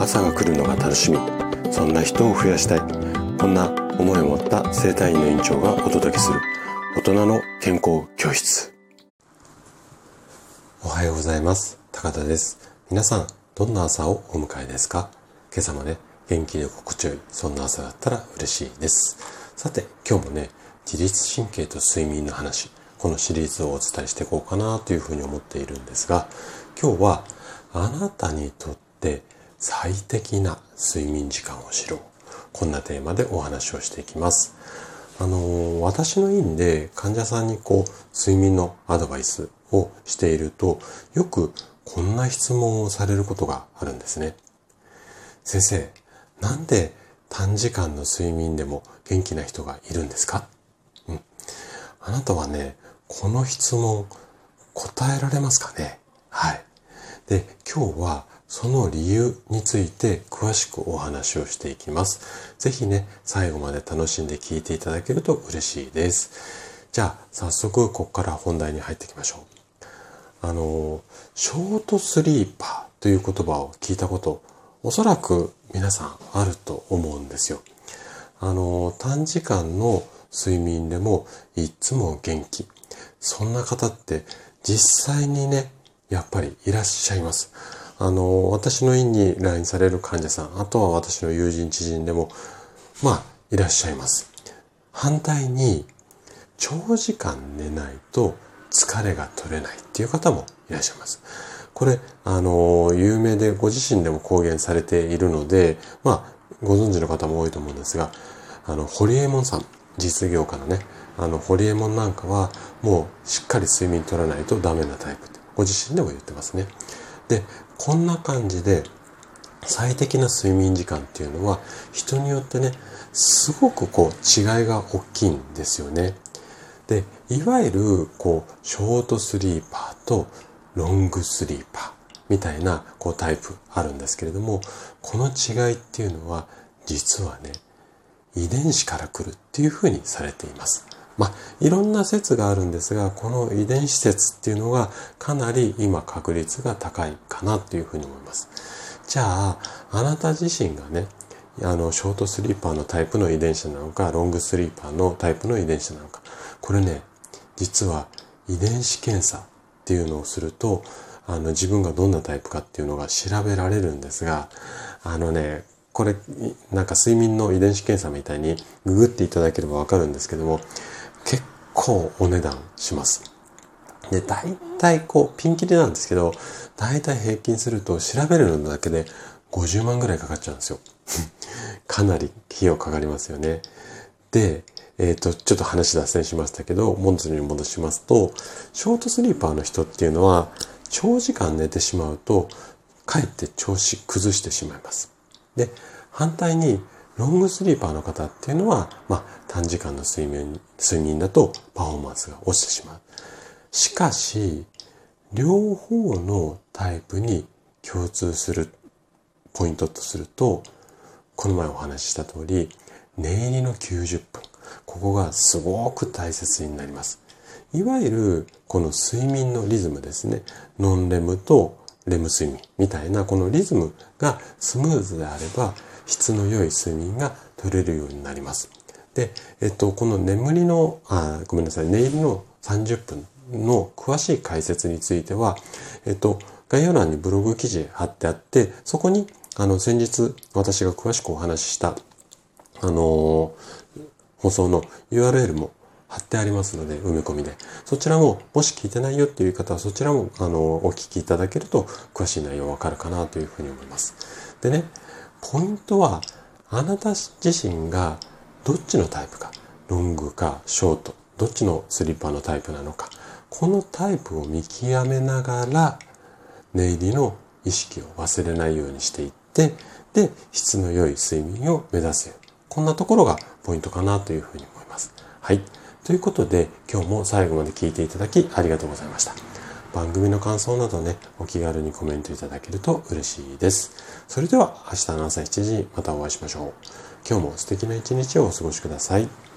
朝が来るのが楽しみ、そんな人を増やしたい、こんな思いを持った整体院の院長がお届けする大人の健康教室。おはようございます。高田です。皆さんどんな朝をお迎えですか？今朝もね、元気で心地よい、そんな朝だったら嬉しいです。さて、今日もね、自律神経と睡眠の話、このシリーズをお伝えしていこうかなというふうに思っているんですが、今日はあなたにとって最適な睡眠時間を知ろう、こんなテーマでお話をしていきます。私の院で患者さんに睡眠のアドバイスをしていると、よくこんな質問をされることがあるんですね。先生、なんで短時間の睡眠でも元気な人がいるんですか？あなたはね、この質問答えられますかね？はい。で、今日はその理由について詳しくお話をしていきます。ぜひね、最後まで楽しんで聞いていただけると嬉しいです。じゃあ、早速ここから本題に入っていきましょう。ショートスリーパーという言葉を聞いたこと、おそらく皆さんあると思うんですよ。短時間の睡眠でもいつも元気。そんな方って実際にね、やっぱりいらっしゃいます。私の院に来院される患者さん、あとは私の友人知人でも、いらっしゃいます。反対に、長時間寝ないと疲れが取れないっていう方もいらっしゃいます。これ、有名でご自身でも公言されているので、ご存知の方も多いと思うんですが、堀エモ門さん、実業家のね、堀エモ門なんかは、もうしっかり睡眠取らないとダメなタイプって、ご自身でも言ってますね。で、こんな感じで、最適な睡眠時間っていうのは、人によってね、すごく違いが大きいんですよね。で、いわゆる、ショートスリーパーとロングスリーパーみたいな、タイプあるんですけれども、この違いっていうのは、実はね、遺伝子から来るっていうふうにされています。いろんな説があるんですが、この遺伝子説っていうのがかなり今確率が高いかなというふうに思います。じゃあ、あなた自身がね、ショートスリーパーのタイプの遺伝子なのか、ロングスリーパーのタイプの遺伝子なのか。これね、実は遺伝子検査っていうのをすると、自分がどんなタイプかっていうのが調べられるんですが、これ、なんか睡眠の遺伝子検査みたいにググっていただければわかるんですけども、結構お値段します。で、大体ピンキリなんですけど、大体平均すると調べるのだけで50万ぐらいかかっちゃうんですよ。かなり費用かかりますよね。で、ちょっと話脱線しましたけど、元に戻しますと、ショートスリーパーの人っていうのは、長時間寝てしまうと、かえって調子崩してしまいます。で、反対に、ロングスリーパーの方っていうのは、短時間の睡眠だとパフォーマンスが落ちてしまう。しかし、両方のタイプに共通するポイントとすると、この前お話しした通り、寝入りの90分。ここがすごく大切になります。いわゆる、この睡眠のリズムですね。ノンレムとレム睡眠みたいなこのリズムがスムーズであれば、質の良い睡眠が取れるようになります。で、この寝入りの30分の詳しい解説については、概要欄にブログ記事貼ってあって、そこに、先日私が詳しくお話しした、放送の URL も貼ってありますので、埋め込みで。そちらも、もし聞いてないよっていう方は、そちらも、お聞きいただけると、詳しい内容わかるかなというふうに思います。でね、ポイントは、あなた自身がどっちのタイプか、ロングかショート、どっちのスリッパーのタイプなのか、このタイプを見極めながら、寝入りの意識を忘れないようにしていって、で、質の良い睡眠を目指すよ。こんなところがポイントかなというふうに思います。はい。ということで、今日も最後まで聞いていただきありがとうございました。番組の感想などね、お気軽にコメントいただけると嬉しいです。それでは明日の朝7時にまたお会いしましょう。今日も素敵な一日をお過ごしください。